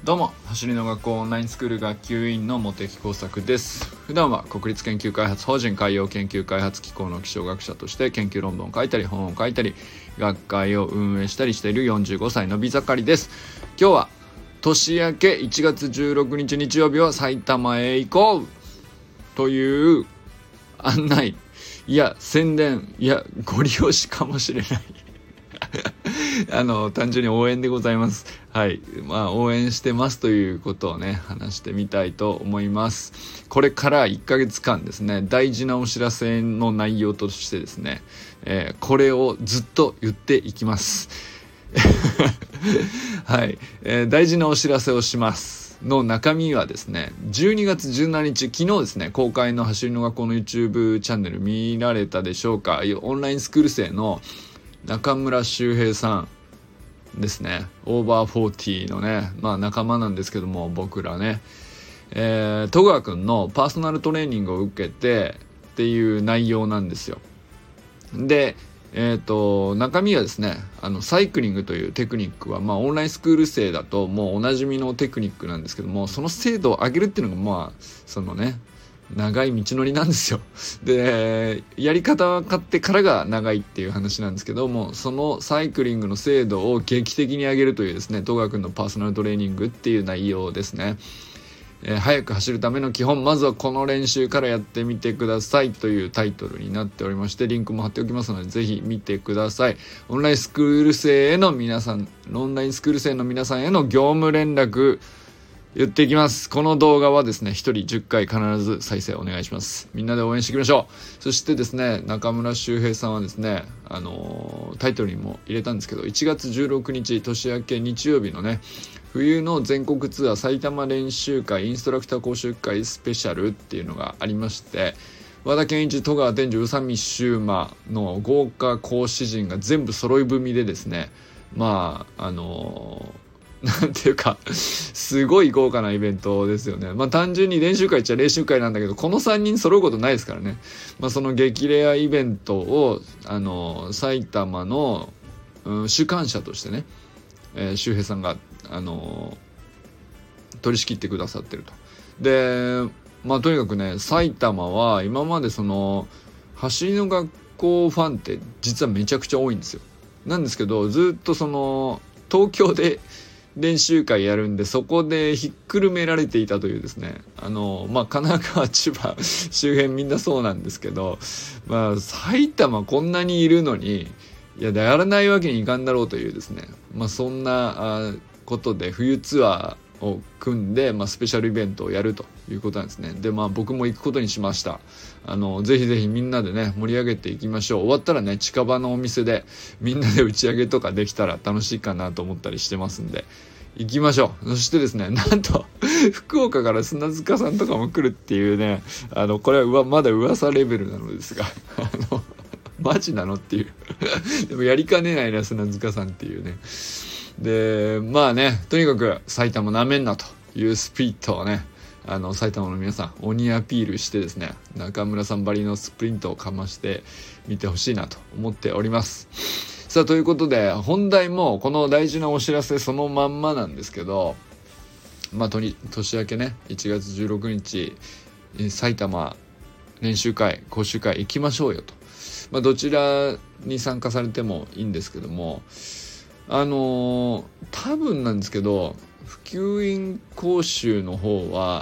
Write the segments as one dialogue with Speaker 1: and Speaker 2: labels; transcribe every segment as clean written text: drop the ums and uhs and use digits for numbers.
Speaker 1: どうも、走りの学校オンラインスクール学級委員の茂木耕作です。普段は国立研究開発法人海洋研究開発機構の気象学者として研究論文を書いたり本を書いたり学会を運営したりしている45歳の美盛りです。今日は年明け1月16日日曜日は埼玉へ行こうという案内、いや宣伝、いやご利用しかもしれない単純に応援でございます。はい、応援してますということをね話してみたいと思います。これから1ヶ月間ですね、大事なお知らせの内容としてですね、これをずっと言っていきますはい、大事なお知らせをしますの中身はですね、12月17日昨日ですね、公開の走りの学校の YouTube チャンネル見られたでしょうか。オンラインスクール生の中村修平さんですね、オーバー40のね、仲間なんですけども、僕らね、戸川くんのパーソナルトレーニングを受けてっていう内容なんですよ。で、中身はですね、サイクリングというテクニックは、オンラインスクール生だともうおなじみのテクニックなんですけども、その精度を上げるっていうのがそのね長い道のりなんですよ。で、やり方分かってからが長いっていう話なんですけども、そのサイクリングの精度を劇的に上げるというですね、戸川君のパーソナルトレーニングっていう内容ですね。速く走るための基本、まずはこの練習からやってみてくださいというタイトルになっておりまして、リンクも貼っておきますのでぜひ見てください。オンラインスクール生の皆さんへの業務連絡言っていきます。この動画はですね、1人10回必ず再生お願いします。みんなで応援していきましょう。そしてですね、中村修平さんはですね、タイトルにも入れたんですけど、1月16日年明け日曜日のね、冬の全国ツアー埼玉練習会インストラクター講習会スペシャルっていうのがありまして、和田健一、戸川天寿、宇佐美修馬の豪華講師陣が全部揃い踏みでですね、なんていうかすごい豪華なイベントですよね。単純に練習会っちゃ練習会なんだけど、この3人揃うことないですからね。その激レアイベントを埼玉の、主幹者としてね、周平さんが取り仕切ってくださってると。で、とにかくね、埼玉は今までその走りの学校ファンって実はめちゃくちゃ多いんですよ。なんですけど、ずっとその東京で練習会やるんで、そこでひっくるめられていたというですね、神奈川、千葉周辺みんなそうなんですけど、埼玉こんなにいるのにやらないわけにいかんだろうというですね、そんなことで冬ツアーを組んで、スペシャルイベントをやるということなんですね。で、僕も行くことにしました。ぜひぜひみんなでね盛り上げていきましょう。終わったらね、近場のお店でみんなで打ち上げとかできたら楽しいかなと思ったりしてますんで、行きましょう。そしてですね、なんと福岡から砂塚さんとかも来るっていうね、これはまだ噂レベルなのですがマジなのっていうでもやりかねないな、砂塚さんっていうね。で、とにかく埼玉なめんなというスピリットをね、埼玉の皆さん鬼アピールしてですね、中村さんばりのスプリントをかましてみてほしいなと思っております。さあ、ということで本題もこの大事なお知らせそのまんまなんですけど、年明けね1月16日埼玉練習会講習会行きましょうよと。どちらに参加されてもいいんですけども、多分なんですけど、普及員講習の方は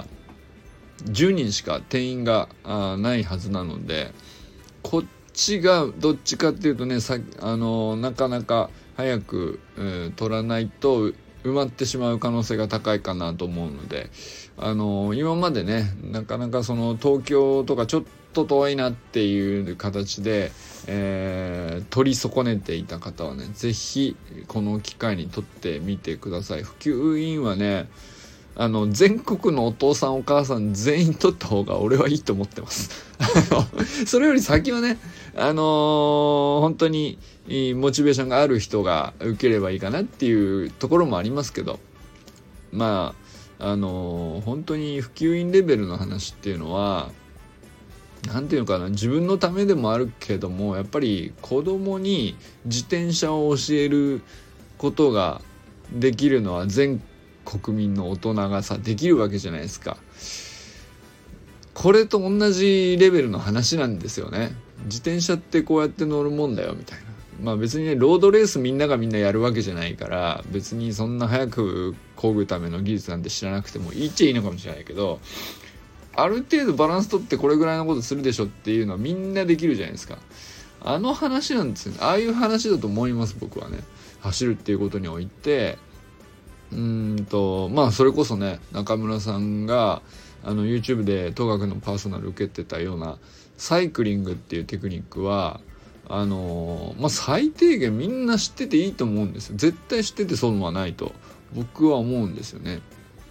Speaker 1: 10人しか定員がないはずなので、こっちがどっちかっていうとね、なかなか早く、取らないと埋まってしまう可能性が高いかなと思うので、今までねなかなかその東京とかちょっと遠いなっていう形で、取り損ねていた方はね、ぜひこの機会に取ってみてください。普及員はね、全国のお父さんお母さん全員取った方が俺はいいと思ってますそれより先はね、本当にモチベーションがある人が受ければいいかなっていうところもありますけど、本当に普及員レベルの話っていうのはなんていうのかな、自分のためでもあるけども、やっぱり子供に自転車を教えることができるのは全国民の大人がさできるわけじゃないですか。これと同じレベルの話なんですよね。自転車ってこうやって乗るもんだよみたいな。まあ別にねロードレースみんながみんなやるわけじゃないから、別にそんな早く漕ぐための技術なんて知らなくてもいいっちゃいいのかもしれないけど、ある程度バランス取ってこれぐらいのことするでしょっていうのはみんなできるじゃないですか。あの話なんですよね。ああいう話だと思います僕はね。走るっていうことにおいてまあそれこそね中村さんがYouTube で東学のパーソナル受けてたようなサイクリングっていうテクニックは最低限みんな知ってていいと思うんですよ。絶対知ってて損はないと僕は思うんですよね。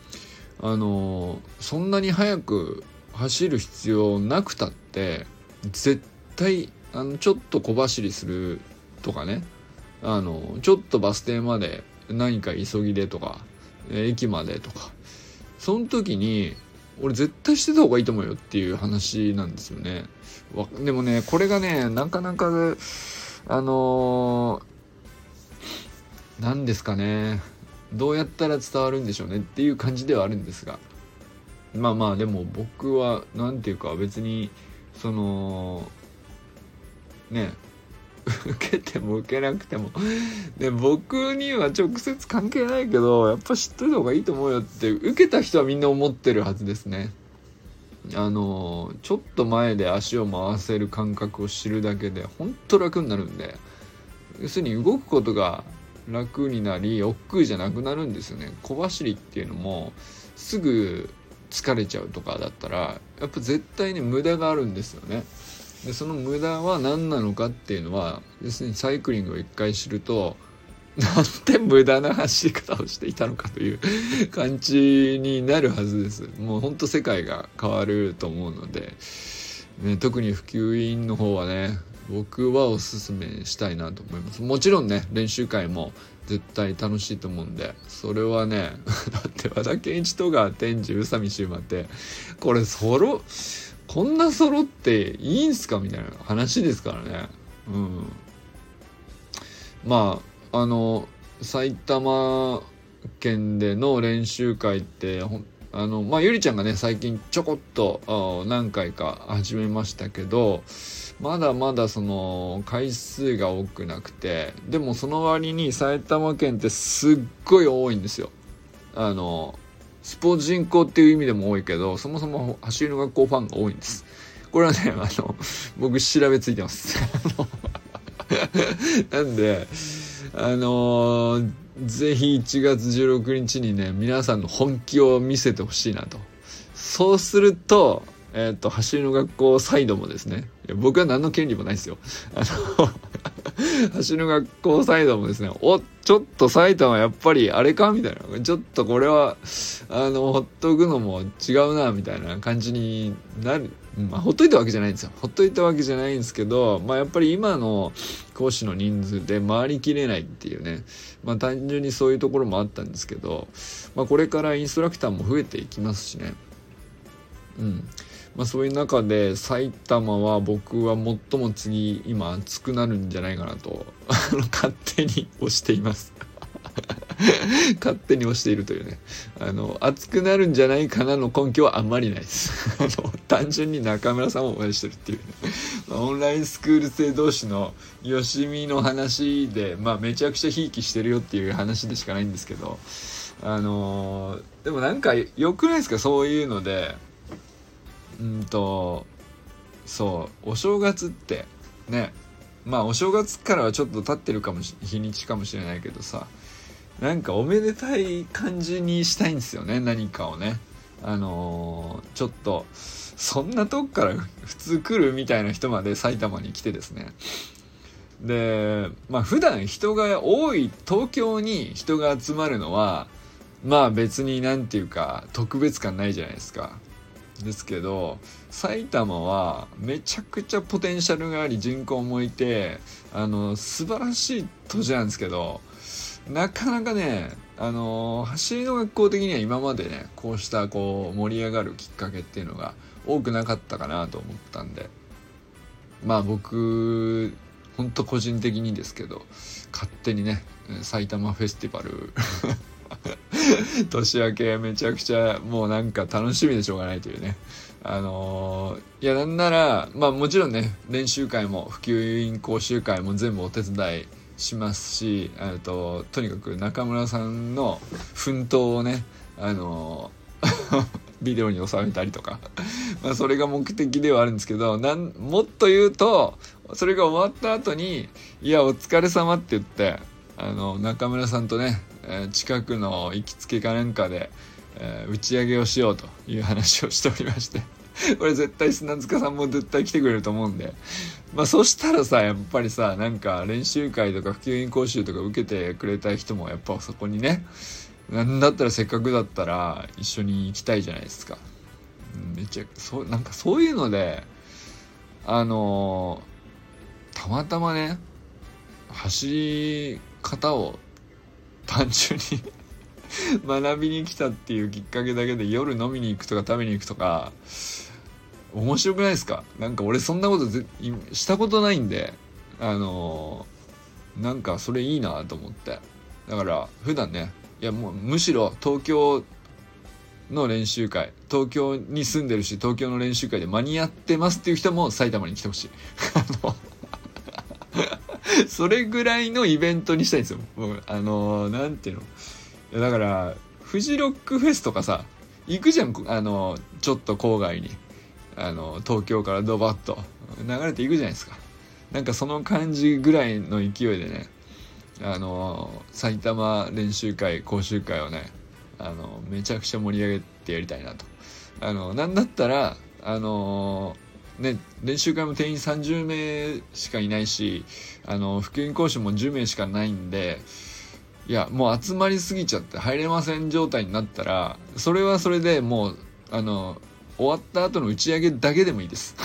Speaker 1: そんなに速く走る必要なくたって絶対ちょっと小走りするとかね、ちょっとバス停まで何か急ぎでとか駅までとか、その時に俺絶対してた方がいいと思うよっていう話なんですよね。でもねこれがねなかなかなんですかね、どうやったら伝わるんでしょうねっていう感じではあるんですが、まあまあでも僕はなんていうか別にそのね受けても受けなくてもで僕には直接関係ないけどやっぱ知ってる方がいいと思うよって受けた人はみんな思ってるはずですね。ちょっと前で足を回せる感覚を知るだけでほんと楽になるんで、要するに動くことが楽になり億劫じゃなくなるんですよね。小走りっていうのもすぐ疲れちゃうとかだったらやっぱ絶対に無駄があるんですよね。でその無駄は何なのかっていうのは要するにサイクリングを一回知るとなんて無駄な走り方をしていたのかという感じになるはずです。もうほんと世界が変わると思うので、ね、特に普及員の方はね僕はおすすめしたいなと思います。もちろんね練習会も絶対楽しいと思うんで、それはねだって和田健一とか天智宇佐美修馬ってこれこんな揃っていいんすかみたいな話ですからね。まあ埼玉県での練習会ってゆりちゃんがね最近ちょこっと何回か始めましたけど、まだまだその回数が多くなくて、でもその割に埼玉県ってすっごい多いんですよ。スポーツ人口っていう意味でも多いけど、そもそも走りの学校ファンが多いんです。これはね僕調べついてますなんでぜひ1月16日にね皆さんの本気を見せてほしいなと。そうすると走りの学校サイドもですね、僕は何の権利もないですよ。走りの学校サイドもですね、ちょっと埼玉やっぱりあれかみたいな、ちょっとこれはほっとくのも違うなみたいな感じになる。ほっといたわけじゃないんですよ。ほっといたわけじゃないんですけど、やっぱり今の講師の人数で回りきれないっていうね、単純にそういうところもあったんですけど、これからインストラクターも増えていきますしね。そういう中で埼玉は僕は最も次今熱くなるんじゃないかなと勝手に推しています勝手に推しているというね、熱くなるんじゃないかなの根拠はあんまりないです単純に中村さんを応援してるっていうねオンラインスクール生同士のよしみの話でめちゃくちゃひいきしてるよっていう話でしかないんですけど、でもなんか良くないですか、そういうのでそうお正月ってね、お正月からはちょっと経ってる日にちかもしれないけどさ、なんかおめでたい感じにしたいんですよね、何かをね。ちょっとそんなとこから普通来るみたいな人まで埼玉に来てですね、で普段人が多い東京に人が集まるのは別になんていうか特別感ないじゃないですか。ですけど埼玉はめちゃくちゃポテンシャルがあり人口もいて素晴らしい土地なんですけど、なかなかね走りの学校的には今までねこうした盛り上がるきっかけっていうのが多くなかったかなと思ったんで、僕ほんと個人的にですけど勝手にね埼玉フェスティバル年明けめちゃくちゃもうなんか楽しみでしょうがないというね。いやなんならまあもちろんね練習会も普及員講習会も全部お手伝いしますし、とにかく中村さんの奮闘をねビデオに収めたりとかまあそれが目的ではあるんですけど、もっと言うとそれが終わった後にいやお疲れ様って言って中村さんとね、近くの行きつけかなんかで、打ち上げをしようという話をしておりましてこれ絶対砂塚さんも絶対来てくれると思うんで、まあそしたらさやっぱりさなんか練習会とか普及員講習とか受けてくれた人もやっぱそこにね、なんだったらせっかくだったら一緒に行きたいじゃないですか。なんかそういうのでたまたまね走り方を単純に学びに来たっていうきっかけだけで夜飲みに行くとか食べに行くとか面白くないですか？なんか俺そんなことしたことないんでなんかそれいいなと思って、だから普段ねいやもうむしろ東京の練習会東京に住んでるし東京の練習会で間に合ってますっていう人も埼玉に来てほしいそれぐらいのイベントにしたいんですよ。もうなんていうのだからフジロックフェスとかさ行くじゃん、ちょっと郊外に東京からドバッと流れていくじゃないですか。なんかその感じぐらいの勢いでね埼玉練習会講習会をねめちゃくちゃ盛り上げてやりたいなと。なんだったらね、練習会も定員30名しかいないし普及員講師も10名しかないんで、いやもう集まりすぎちゃって入れません状態になったらそれはそれでもう終わった後の打ち上げだけでもいいです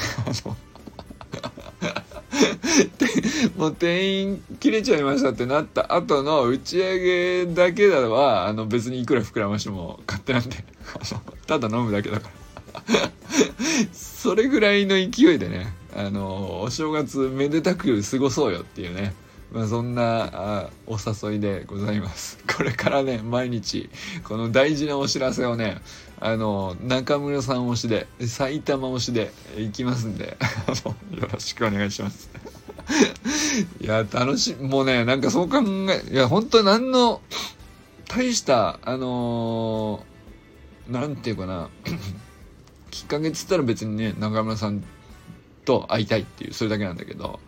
Speaker 1: もう定員切れちゃいましたってなった後の打ち上げだけだは別にいくら膨らましても勝手なんでただ飲むだけだからそれぐらいの勢いでねお正月めでたく過ごそうよっていうね、まあ、そんなお誘いでございます。これからね毎日この大事なお知らせをね中村さん推しで埼玉推しで行きますんでよろしくお願いしますいや楽しいもうねなんかそう考えいや本当に何の大したなんていうかなきっかけっつったら別にね中村さんと会いたいっていうそれだけなんだけど、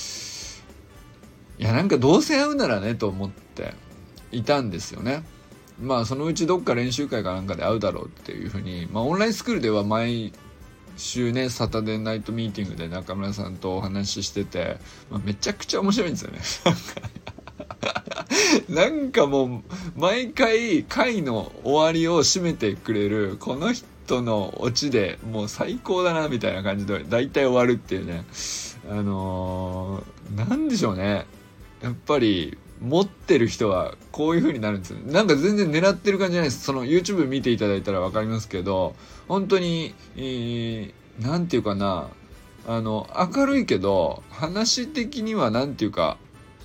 Speaker 1: いやなんかどうせ会うならねと思っていたんですよね。まあそのうちどっか練習会かなんかで会うだろうっていうふうに、まあオンラインスクールでは毎週ねサタデーナイトミーティングで中村さんとお話ししてて、まあ、めちゃくちゃ面白いんですよねなんかもう毎回回の終わりを締めてくれるこの人のオチでもう最高だなみたいな感じで大体終わるっていうね、なんでしょうね、やっぱり持ってる人はこういう風になるんですよ。なんか全然狙ってる感じじゃないです。その YouTube 見ていただいたら分かりますけど本当に、なんていうかな明るいけど話的にはなんていうか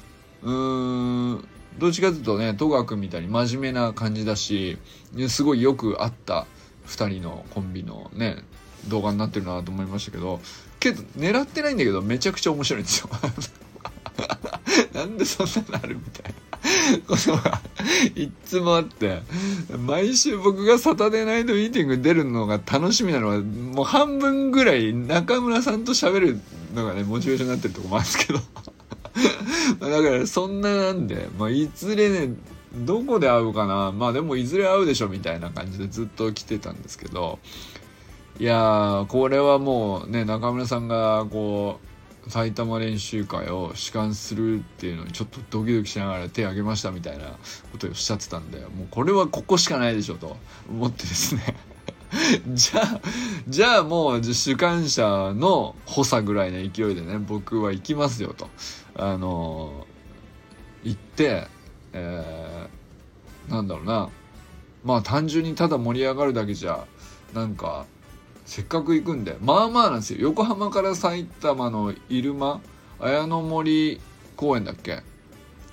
Speaker 1: どっちかというとね戸川君みたいに真面目な感じだしすごいよくあった2人のコンビのね動画になってるなと思いましたけど狙ってないんだけどめちゃくちゃ面白いんですよなんでそんなのあるみたいなことがいつもあって、毎週僕がサタデーナイトミーティング出るのが楽しみなのはもう半分ぐらい中村さんと喋るのがねモチベーションになってるとこもあるんですけどだからそんななんで、まあ、いずれねどこで会うかな、まあでもいずれ会うでしょみたいな感じでずっと来てたんですけど、いやーこれはもうね中村さんがこう埼玉練習会を主管するっていうのにちょっとドキドキしながら手を挙げましたみたいなことをおっしゃってたんで、もうこれはここしかないでしょと思ってですねじゃあもう主管者の補佐ぐらいの勢いでね僕は行きますよと行って、なんだろうな、まあ単純にただ盛り上がるだけじゃなんかせっかく行くんでまあまあなんですよ。横浜から埼玉の入間綾の森公園だっけ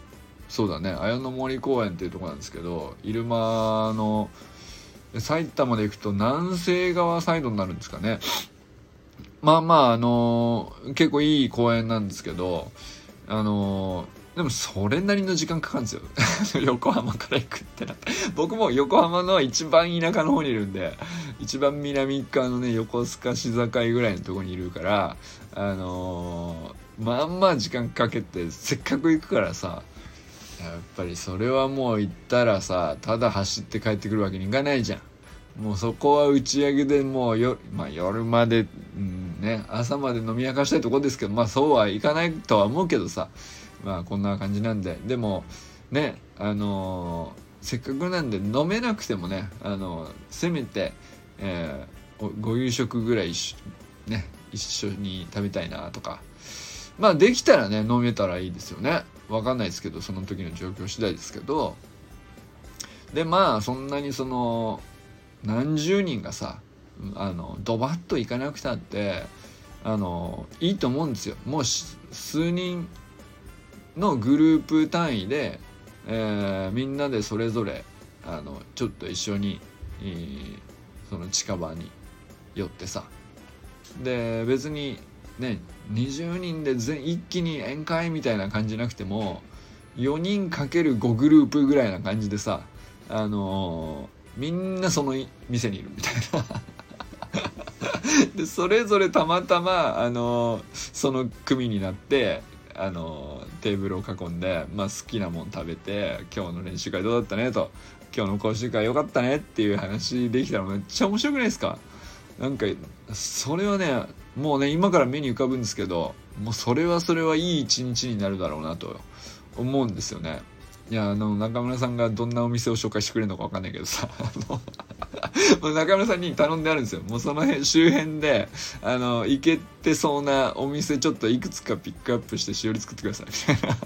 Speaker 1: そうだね、綾の森公園っていうところなんですけど、入間の埼玉で行くと南西側サイドになるんですかね。まあまあ結構いい公園なんですけど、でもそれなりの時間かかるんですよ横浜から行くってなって、僕も横浜の一番田舎の方にいるんで、一番南側のね横須賀市境ぐらいのところにいるから、まあまあ時間かけてせっかく行くからさ、やっぱりそれはもう行ったらさ、ただ走って帰ってくるわけにいかないじゃん。もうそこは打ち上げでもう夜まで、朝まで飲み明かしたいとこですけど、まあそうはいかないとは思うけどさ、まあこんな感じなんで、でもね、せっかくなんで飲めなくてもね、せめて、ご夕食ぐらい一緒に食べたいなとか、まあできたらね飲めたらいいですよね。わかんないですけど、その時の状況次第ですけど、でまあそんなにその何十人がさドバッといかなくたっていいと思うんですよ。もう数人のグループ単位で、みんなでそれぞれちょっと一緒に、その近場に寄ってさ、で別にね20人で一気に宴会みたいな感じなくても4人かける5グループぐらいな感じでさ、みんなその店にいるみたいなでそれぞれたまたまその組になってテーブルを囲んで、まあ、好きなもん食べて、今日の練習会どうだったねと、今日の講習会良かったねっていう話できたらめっちゃ面白くないですか。なんかそれはねもうね今から目に浮かぶんですけど、もうそれはいい一日になるだろうなと思うんですよね。いや中村さんがどんなお店を紹介してくれるのか分かんないけどさもう中村さんに頼んであるんですよ。もうその辺周辺で行けてそうなお店ちょっといくつかピックアップしてしおり作ってくださいみたいな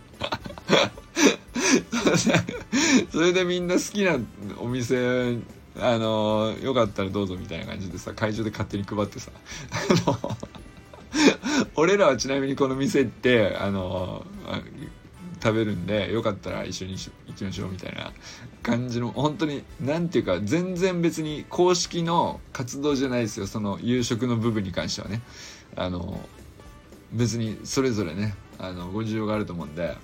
Speaker 1: それでみんな好きなお店よかったらどうぞみたいな感じでさ、会場で勝手に配ってさ俺らはちなみにこの店行って食べるんでよかったら一緒に行きましょうみたいな感じの、本当になんていうか全然別に公式の活動じゃないですよ。その夕食の部分に関してはね別にそれぞれねご事情があると思うんで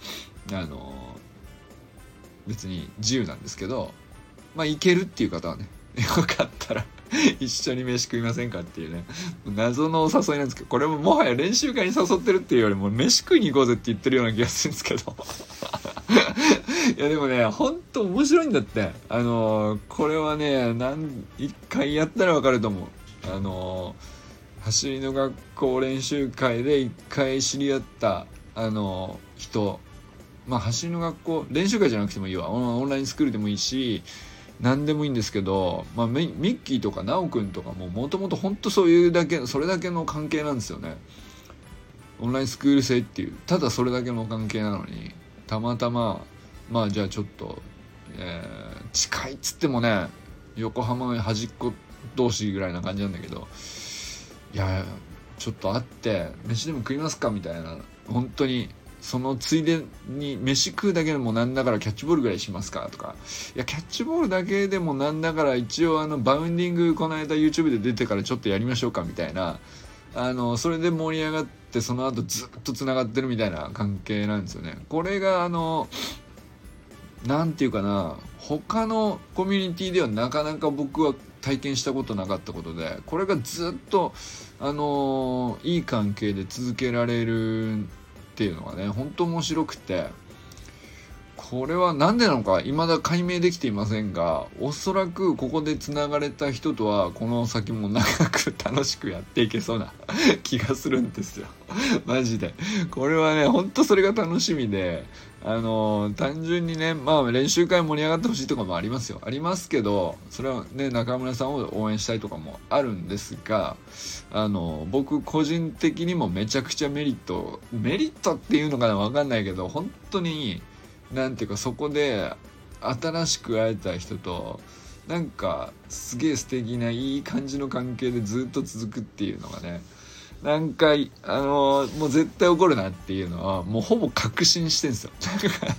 Speaker 1: 別に自由なんですけど、まあ行けるっていう方はねよかったら一緒に飯食いませんかっていうね謎のお誘いなんですけど、これももはや練習会に誘ってるっていうよりも飯食いに行こうぜって言ってるような気がするんですけどいやでもねほんと面白いんだって。これはね一回やったらわかると思う。走りの学校練習会で一回知り合った人、まあ走りの学校練習会じゃなくてもいいわ、オンラインスクールでもいいし何でもいいんですけど、まあ、ミッキーとかナオくんとかもともと本当それだけの関係なんですよね。オンラインスクール生っていうただそれだけの関係なのに、たまたままあじゃあちょっと、近いっつってもね横浜の端っこ同士ぐらいな感じなんだけど、いやちょっと会って飯でも食いますかみたいな、本当にそのついでに飯食うだけでもなんだからキャッチボールぐらいしますかとか、いやキャッチボールだけでもなんだから一応バウンディングこの間 YouTube で出てからちょっとやりましょうかみたいな、それで盛り上がってその後ずっとつながってるみたいな関係なんですよね。これがなんていうかな、他のコミュニティではなかなか僕は体験したことなかったことで、これがずっといい関係で続けられるっていうのがね本当面白くて、これは何でなのか未だ解明できていませんが、おそらくここでつながれた人とはこの先も長く楽しくやっていけそうな気がするんですよマジで。これはね本当それが楽しみで、単純にねまあ練習会盛り上がってほしいとかもありますけど、それはね中村さんを応援したいとかもあるんですが、僕個人的にもめちゃくちゃメリットっていうのかな分かんないけど、本当になんていうかそこで新しく会えた人となんかすげえ素敵ないい感じの関係でずっと続くっていうのがね、なんかもう絶対起こるなっていうのはもうほぼ確信してんですよ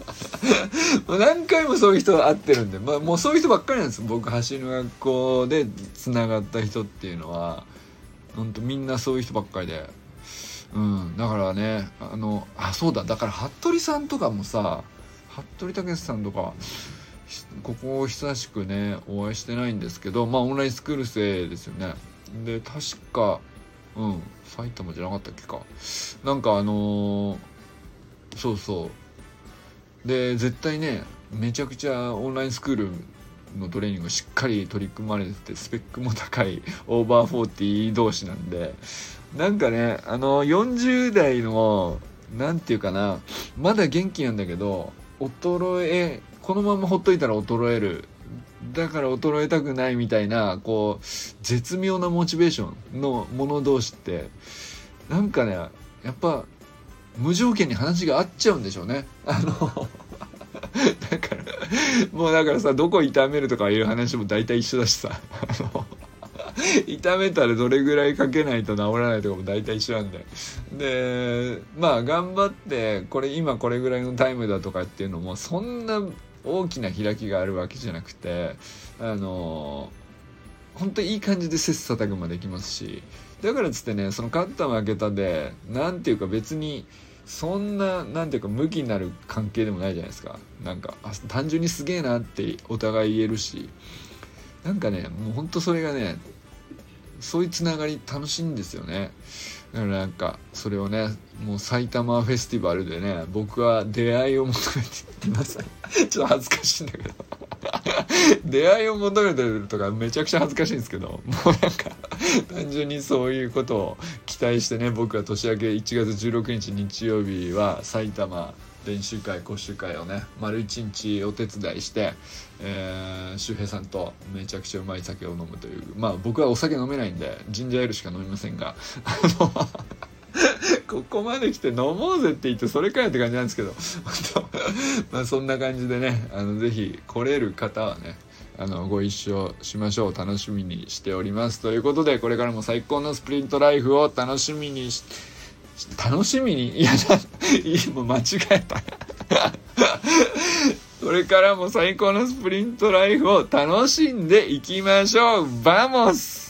Speaker 1: もう何回もそういう人会ってるんで、もうそういう人ばっかりなんです。僕走りの学校でつながった人っていうのはほんとみんなそういう人ばっかりで、だからねそうだから服部さんとかもさ、服部武さんとかここ久しくねお会いしてないんですけど、オンラインスクール生ですよね。で確か埼玉じゃなかったっけか、なんかそうで絶対ねめちゃくちゃオンラインスクールのトレーニングしっかり取り組まれてて、スペックも高いオーバー40同士なんで、なんかね40代のなんていうかな、まだ元気なんだけどこのままほっといたら衰える、だから衰えたくないみたいなこう絶妙なモチベーションの者同士ってなんかねやっぱ無条件に話が合っちゃうんでしょうね。だからさ、どこ痛めるとかいう話も大体一緒だしさ痛めたらどれぐらいかけないと治らないとかも大体一緒なんで、頑張って今これぐらいのタイムだとかっていうのもそんな大きな開きがあるわけじゃなくて、本当いい感じで切磋琢磨できますし、だからつってねその勝った負けたでなんていうか別にそんななんていうか向きになる関係でもないじゃないですか。なんか単純にすげえなってお互い言えるし、なんかねもうほんとそれがねそういうつながり楽しいんですよね。だからなんかそれをねもう埼玉フェスティバルでね僕は出会いを求めていますちょっと恥ずかしいんだけど出会いを求めてるとかめちゃくちゃ恥ずかしいんですけど、もうなんか単純にそういうことを期待してね、僕は年明け1月16日日曜日は埼玉練習会講習会をね丸1日お手伝いして、周平さんとめちゃくちゃうまい酒を飲むという、僕はお酒飲めないんでジンジャーエールしか飲みませんがここまで来て飲もうぜって言ってそれかよって感じなんですけどそんな感じでねぜひ来れる方はねご一緒しましょう。楽しみにしておりますということで、これからも最高のスプリントライフを楽しみにもう間違えたこれからも最高のスプリントライフを楽しんでいきましょう。バモス。